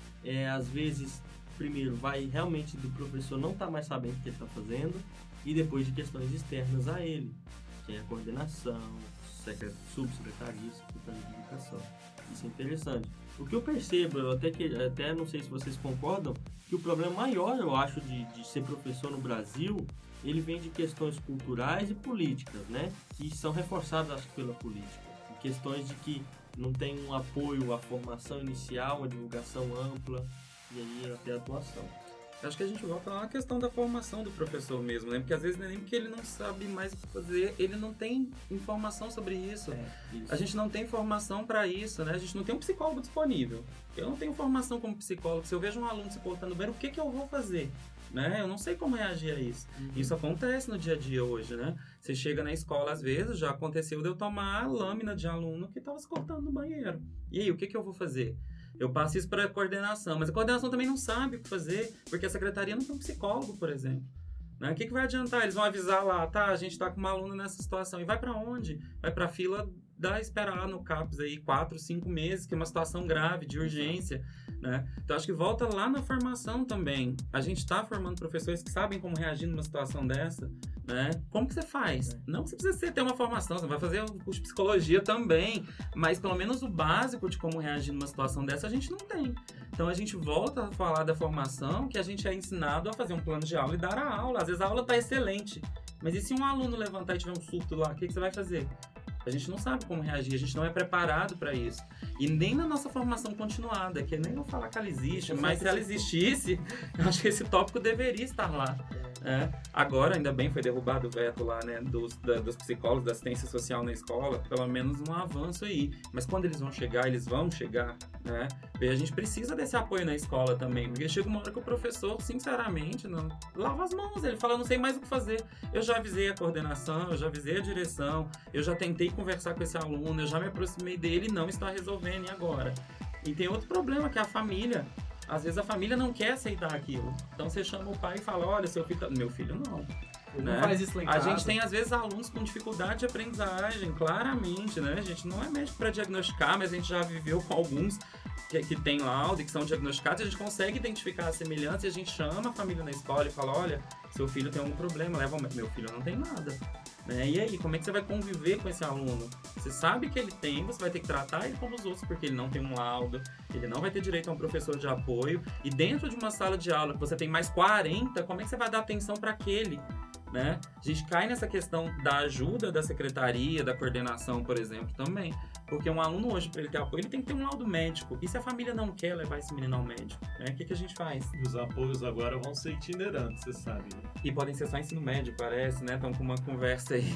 às vezes, primeiro, vai realmente do professor não estar mais sabendo o que ele está fazendo, e depois de questões externas a ele, que é a coordenação, subsecretaria, secretaria de educação. Isso é interessante. O que eu percebo, eu até não sei se vocês concordam, que o problema maior, eu acho, de ser professor no Brasil, ele vem de questões culturais e políticas, né? Que são reforçadas, acho, pela política. Questões de que não tem um apoio à formação inicial, uma divulgação ampla, e aí até a atuação. Eu acho que a gente volta lá na questão da formação do professor mesmo, né? Porque às vezes não é nem porque ele não sabe mais o que fazer, ele não tem informação sobre isso. Isso. A gente não tem formação para isso, né? A gente não tem um psicólogo disponível. Eu não tenho formação como psicólogo. Se eu vejo um aluno se portando bem, o que eu vou fazer? Né? Eu não sei como reagir a isso. Isso acontece no dia a dia hoje, né? Você chega na escola, às vezes, já aconteceu de eu tomar a lâmina de aluno que estava se cortando no banheiro. E aí, o que eu vou fazer? Eu passo isso para a coordenação, mas a coordenação também não sabe o que fazer, porque a secretaria não tem um psicólogo, por exemplo. Né? O que vai adiantar? Eles vão avisar lá, tá, a gente está com uma aluna nessa situação. E vai para onde? Vai para a fila esperar no CAPES aí 4, 5 meses, que é uma situação grave, de urgência. Né? Então, acho que volta lá na formação também. A gente está formando professores que sabem como reagir numa situação dessa. Né? Como que você faz? Não que você precisa ter uma formação, você vai fazer um curso de psicologia também, mas pelo menos o básico de como reagir numa situação dessa a gente não tem. Então a gente volta a falar da formação, que a gente é ensinado a fazer um plano de aula e dar a aula. Às vezes a aula está excelente, mas e se um aluno levantar e tiver um surto lá, o que você vai fazer? A gente não sabe como reagir, a gente não é preparado para isso. E nem na nossa formação continuada, que nem vou falar que ela existe, mas se ela existisse, eu acho que esse tópico deveria estar lá. Agora, ainda bem, foi derrubado o veto lá, né, dos psicólogos, da assistência social na escola, pelo menos um avanço aí. Mas quando eles vão chegar, né? E a gente precisa desse apoio na escola também, porque chega uma hora que o professor, sinceramente, não lava as mãos, ele fala, não sei mais o que fazer. Eu já avisei a coordenação, eu já avisei a direção, eu já tentei conversar com esse aluno, eu já me aproximei dele e não está resolvendo, e agora? E tem outro problema, que é a família. Às vezes a família não quer aceitar aquilo. Então você chama o pai e fala, olha, seu filho tá... Meu filho não. Né? Não faz isso lá em casa. A gente tem, às vezes, alunos com dificuldade de aprendizagem, claramente, né? A gente não é médico para diagnosticar, mas a gente já viveu com alguns que tem laudo e que são diagnosticados, a gente consegue identificar as semelhanças e a gente chama a família na escola e fala, olha, Seu filho tem algum problema, leva ao médico. Meu filho não tem nada. Né? E aí, como é que você vai conviver com esse aluno? Você sabe que ele tem, você vai ter que tratar ele como os outros, porque ele não tem um laudo, ele não vai ter direito a um professor de apoio, e dentro de uma sala de aula que você tem mais 40, como é que você vai dar atenção para aquele? Né? A gente cai nessa questão da ajuda da secretaria, da coordenação, por exemplo, também. Porque um aluno hoje, para ele ter apoio, ele tem que ter um laudo médico. E se a família não quer levar esse menino ao médico? Né? O que a gente faz? E os apoios agora vão ser itinerantes, você sabe. Né? E podem ser só ensino médio, parece, né? Estão com uma conversa aí.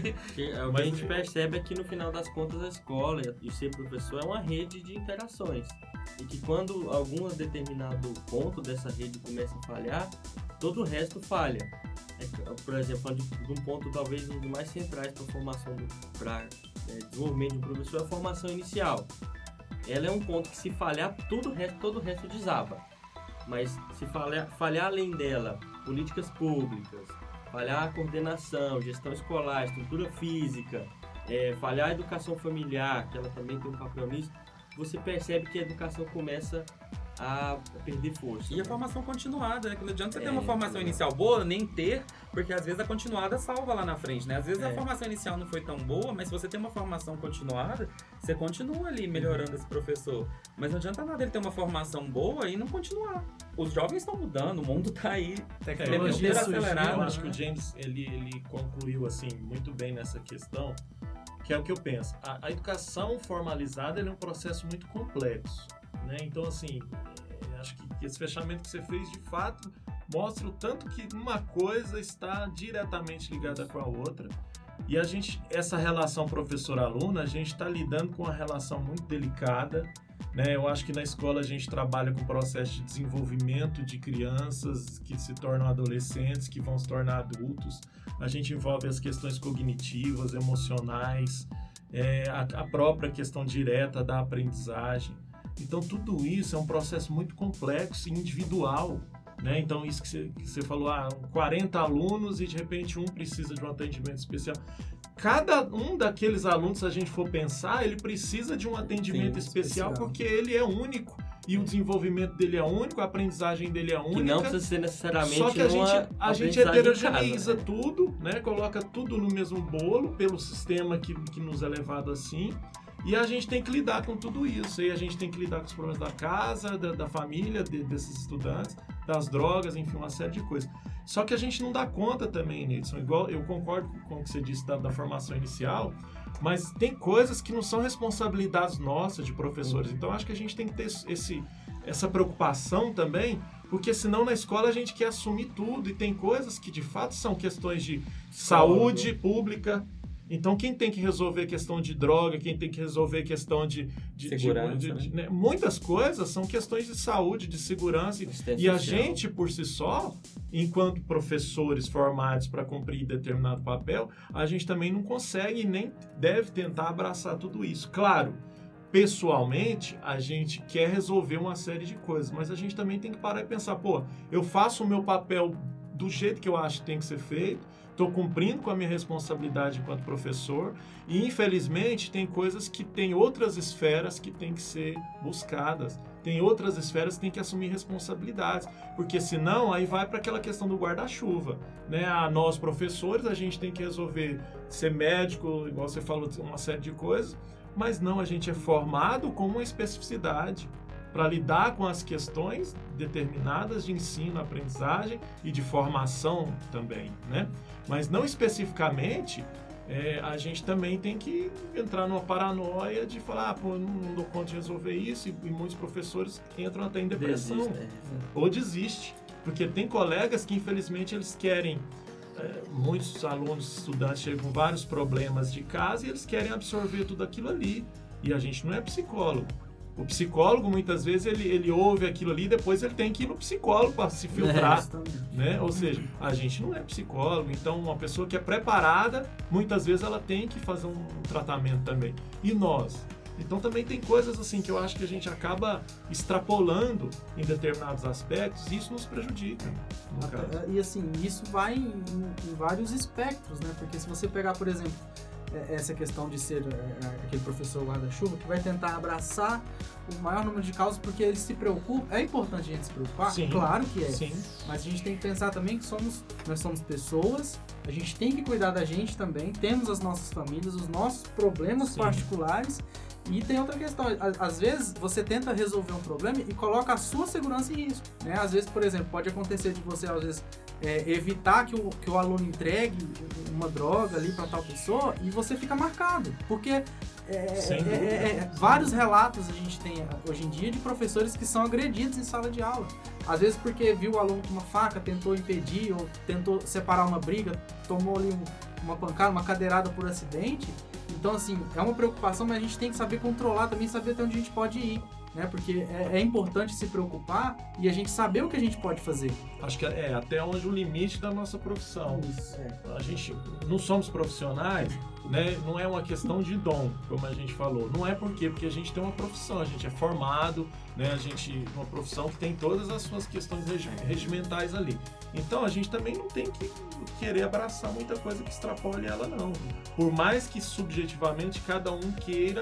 O que a gente percebe é que no final das contas a escola e ser professor é uma rede de interações. E que quando algum determinado ponto dessa rede começa a falhar, todo o resto falha. Por exemplo, falando de um ponto talvez um dos mais centrais para a formação, para desenvolvimento de um professor, é a formação inicial. Ela é um ponto que se falhar, todo o resto desaba. Mas se falhar além dela, políticas públicas, falhar a coordenação, gestão escolar, estrutura física, falhar a educação familiar, que ela também tem um papel nisso, você percebe que a educação começa a perder força. E a formação continuada, né? Que não adianta você ter uma formação inicial boa, nem ter, porque às vezes a continuada salva lá na frente, né? Às vezes a formação inicial não foi tão boa, mas se você tem uma formação continuada, você continua ali melhorando esse professor. Mas não adianta nada ele ter uma formação boa e não continuar. Os jovens estão mudando, o mundo tá aí. Tecnologia acelerada. Eu acho que o James, ele concluiu assim, muito bem nessa questão, que é o que eu penso. A educação formalizada é um processo muito complexo. Né? Então, assim, acho que esse fechamento que você fez, de fato, mostra o tanto que uma coisa está diretamente ligada com a outra. E essa relação professor-aluno, a gente está lidando com uma relação muito delicada. Né? Eu acho que na escola a gente trabalha com o processo de desenvolvimento de crianças que se tornam adolescentes, que vão se tornar adultos. A gente envolve as questões cognitivas, emocionais, a própria questão direta da aprendizagem. Então, tudo isso é um processo muito complexo e individual, né? Então, isso que você falou, 40 alunos e, de repente, um precisa de um atendimento especial. Cada um daqueles alunos, se a gente for pensar, ele precisa de um atendimento especial porque ele é único. E o desenvolvimento dele é único, a aprendizagem dele é única. Que não precisa ser necessariamente só que a gente heterogeneiza tudo, né? Coloca tudo no mesmo bolo, pelo sistema que nos é levado assim. E a gente tem que lidar com tudo isso. E a gente tem que lidar com os problemas da casa, da família, desses estudantes, das drogas, enfim, uma série de coisas. Só que a gente não dá conta também, Nilson. Igual eu concordo com o que você disse da formação inicial, mas tem coisas que não são responsabilidades nossas de professores. Então, acho que a gente tem que ter essa preocupação também, porque senão na escola a gente quer assumir tudo. E tem coisas que, de fato, são questões de saúde pública. Então, quem tem que resolver a questão de droga, quem tem que resolver a questão de segurança, né? Muitas coisas são questões de saúde, de segurança. E a gente, por si só, enquanto professores formados para cumprir determinado papel, a gente também não consegue nem deve tentar abraçar tudo isso. Claro, pessoalmente, a gente quer resolver uma série de coisas, mas a gente também tem que parar e pensar, eu faço o meu papel do jeito que eu acho que tem que ser feito, estou cumprindo com a minha responsabilidade enquanto professor e, infelizmente, tem coisas que tem outras esferas que têm que ser buscadas, tem outras esferas que têm que assumir responsabilidades, porque senão aí vai para aquela questão do guarda-chuva, né? Nós, professores, a gente tem que resolver ser médico, igual você falou, uma série de coisas, mas não, a gente é formado com uma especificidade para lidar com as questões determinadas de ensino, aprendizagem e de formação também, né? Mas não especificamente, a gente também tem que entrar numa paranoia de falar, não dou conta de resolver isso, e muitos professores entram até em depressão ou desistem, porque tem colegas que infelizmente eles querem, muitos alunos, estudantes chegam com vários problemas de casa e eles querem absorver tudo aquilo ali, e a gente não é psicólogo. O psicólogo, muitas vezes, ele ouve aquilo ali e depois ele tem que ir no psicólogo para se filtrar, né? Ou seja, a gente não é psicólogo, então uma pessoa que é preparada, muitas vezes ela tem que fazer um tratamento também. E nós? Então também tem coisas assim que eu acho que a gente acaba extrapolando em determinados aspectos e isso nos prejudica, no caso. E assim, isso vai em vários espectros, né? Porque se você pegar, por exemplo, essa questão de ser aquele professor guarda-chuva que vai tentar abraçar o maior número de causas porque ele se preocupa. É importante a gente se preocupar? Sim, claro que é. sim. Mas a gente tem que pensar também que nós somos pessoas, a gente tem que cuidar da gente também, temos as nossas famílias, os nossos problemas Sim. particulares. E tem outra questão, às vezes você tenta resolver um problema e coloca a sua segurança em risco, né? Às vezes, por exemplo, pode acontecer de você, às vezes, evitar que o aluno entregue uma droga ali para tal pessoa e você fica marcado, porque vários relatos a gente tem hoje em dia de professores que são agredidos em sala de aula. Às vezes porque viu o aluno com uma faca, tentou impedir ou tentou separar uma briga, tomou ali uma pancada, uma cadeirada por acidente. Então, assim, é uma preocupação, mas a gente tem que saber controlar também, saber até onde a gente pode ir, né? Porque é importante se preocupar e a gente saber o que a gente pode fazer. Acho que é até onde o limite da nossa profissão. Isso, A gente não somos profissionais, né? Não é uma questão de dom, como a gente falou. Não é porque a gente tem uma profissão, a gente é formado, né? A gente uma profissão que tem todas as suas questões regimentais ali. Então a gente também não tem que querer abraçar muita coisa que extrapole ela, não. Por mais que subjetivamente cada um queira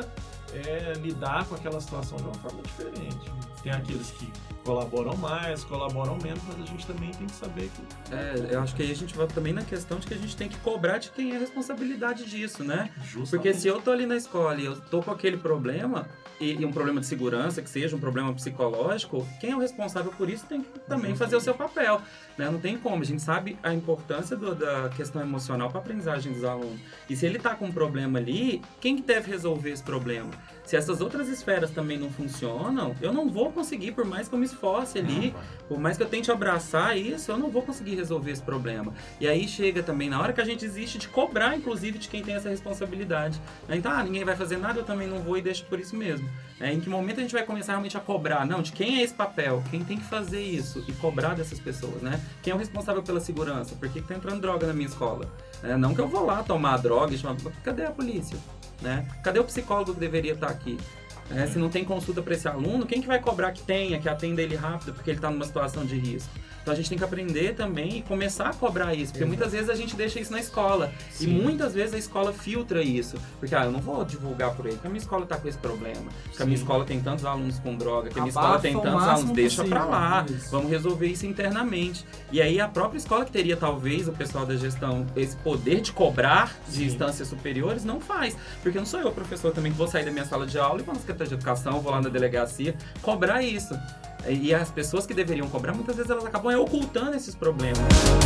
lidar com aquela situação de uma forma diferente. Tem aqueles que colaboram mais, colaboram menos, mas a gente também tem que saber que... eu acho que aí a gente vai também na questão de que a gente tem que cobrar de quem é a responsabilidade disso, né? Justamente. Porque se eu tô ali na escola e eu tô com aquele problema, e um problema de segurança, que seja um problema psicológico, quem é o responsável por isso tem que também fazer o seu papel, né? Não tem como, a gente sabe a importância da questão emocional para a aprendizagem dos alunos. E se ele tá com um problema ali, quem que deve resolver esse problema? Se essas outras esferas também não funcionam, eu não vou conseguir, por mais que eu me esforce ali, por mais que eu tente abraçar isso, eu não vou conseguir resolver esse problema. E aí chega também na hora que a gente existe de cobrar, inclusive, de quem tem essa responsabilidade. Então, ninguém vai fazer nada, eu também não vou e deixo por isso mesmo. Em que momento a gente vai começar realmente a cobrar? Não, de quem é esse papel? Quem tem que fazer isso? E cobrar dessas pessoas, né? Quem é o responsável pela segurança? Por que tá entrando droga na minha escola? Não que eu vou lá tomar a droga e chamar... Cadê a polícia? Né? Cadê o psicólogo que deveria estar aqui? Se não tem consulta para esse aluno, quem que vai cobrar que tenha, que atenda ele rápido porque ele está numa situação de risco? Então a gente tem que aprender também e começar a cobrar isso, porque muitas vezes a gente deixa isso na escola. Sim. E muitas vezes a escola filtra isso, porque eu não vou divulgar por aí, que a minha escola está com esse problema, que a minha escola tem tantos alunos com droga, que a minha escola tem tantos alunos, deixa para lá, vamos resolver isso internamente. E aí a própria escola que teria talvez o pessoal da gestão esse poder de cobrar de instâncias superiores, não faz, porque não sou eu, professor, também que vou sair da minha sala de aula e vou na Secretaria de Educação, vou lá na delegacia, cobrar isso. E as pessoas que deveriam cobrar, muitas vezes elas acabam ocultando esses problemas.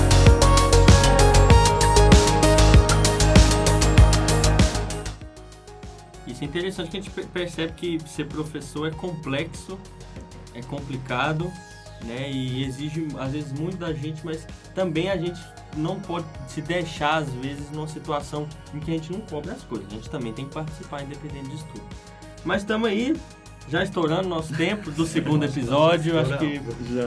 Isso é interessante que a gente percebe que ser professor é complexo, é complicado, né? E exige, às vezes, muito da gente, mas também a gente não pode se deixar, às vezes, numa situação em que a gente não cobra as coisas. A gente também tem que participar, independente disso tudo. Mas estamos aí, já estourando nosso tempo do segundo episódio. Acho que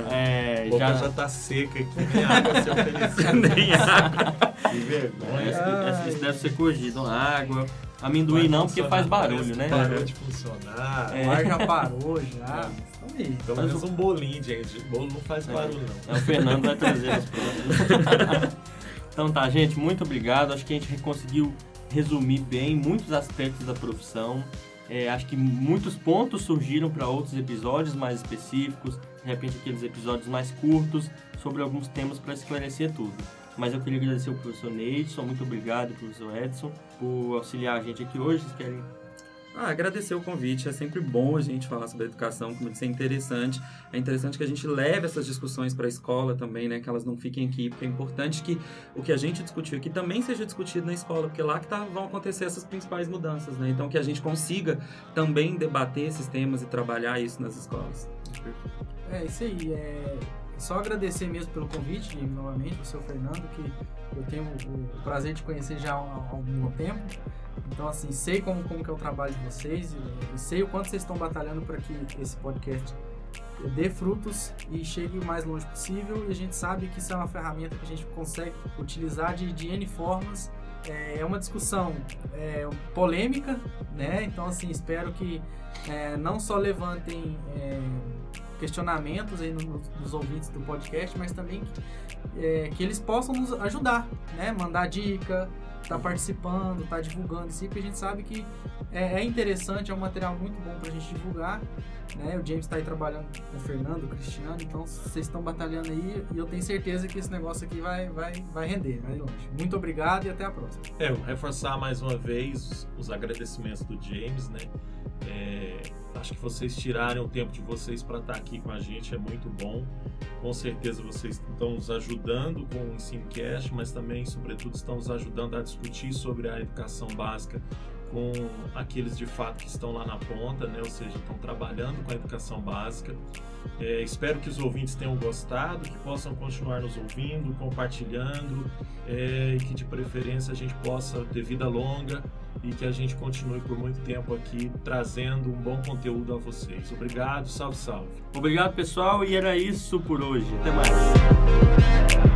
já tá seca aqui, nem água se oferecer. Nem água. Que vergonha. Isso deve ser corrigido. Água, amendoim não, porque faz barulho, né? Parou de funcionar. O ar já parou, já. Pelo menos um bolinho, gente. O bolo não faz barulho, não. O Fernando vai trazer os próximos. Então tá, gente, muito obrigado. Acho que a gente conseguiu resumir bem muitos aspectos da profissão. Acho que muitos pontos surgiram para outros episódios mais específicos, de repente aqueles episódios mais curtos, sobre alguns temas para esclarecer tudo. Mas eu queria agradecer ao professor Neidson, muito obrigado, professor Edson, por auxiliar a gente aqui hoje. Vocês querem... Agradecer o convite, é sempre bom a gente falar sobre a educação, como isso é interessante. É interessante que a gente leve essas discussões para a escola também, né? Que elas não fiquem aqui, porque é importante que o que a gente discutiu aqui também seja discutido na escola, porque lá que vão acontecer essas principais mudanças, né? Então que a gente consiga também debater esses temas e trabalhar isso nas escolas. É isso aí, só agradecer mesmo pelo convite, novamente, o seu Fernando, que eu tenho o prazer de conhecer já há algum tempo. Então, assim, sei como que é o trabalho de vocês e sei o quanto vocês estão batalhando para que esse podcast dê frutos e chegue o mais longe possível. E a gente sabe que isso é uma ferramenta que a gente consegue utilizar de N formas. É uma discussão polêmica, né? Então, assim, espero que não só levantem questionamentos aí nos ouvintes do podcast, mas também que eles possam nos ajudar, né? Mandar dica, tá participando, tá divulgando isso, porque a gente sabe que é interessante, é um material muito bom pra gente divulgar, né? O James tá aí trabalhando com o Fernando, o Cristiano, então vocês estão batalhando aí e eu tenho certeza que esse negócio aqui vai render, vai longe. Muito obrigado e até a próxima. Eu reforçar mais uma vez os agradecimentos do James, né? Acho que vocês tirarem o tempo de vocês para estar aqui com a gente é muito bom. Com certeza vocês estão nos ajudando com o EnsinoCast, mas também, sobretudo, estão nos ajudando a discutir sobre a educação básica com aqueles de fato que estão lá na ponta, né? Ou seja, estão trabalhando com a educação básica. Espero que os ouvintes tenham gostado, que possam continuar nos ouvindo, compartilhando, e que de preferência a gente possa ter vida longa e que a gente continue por muito tempo aqui trazendo um bom conteúdo a vocês. Obrigado, salve, salve. Obrigado, pessoal, e era isso por hoje. Até mais.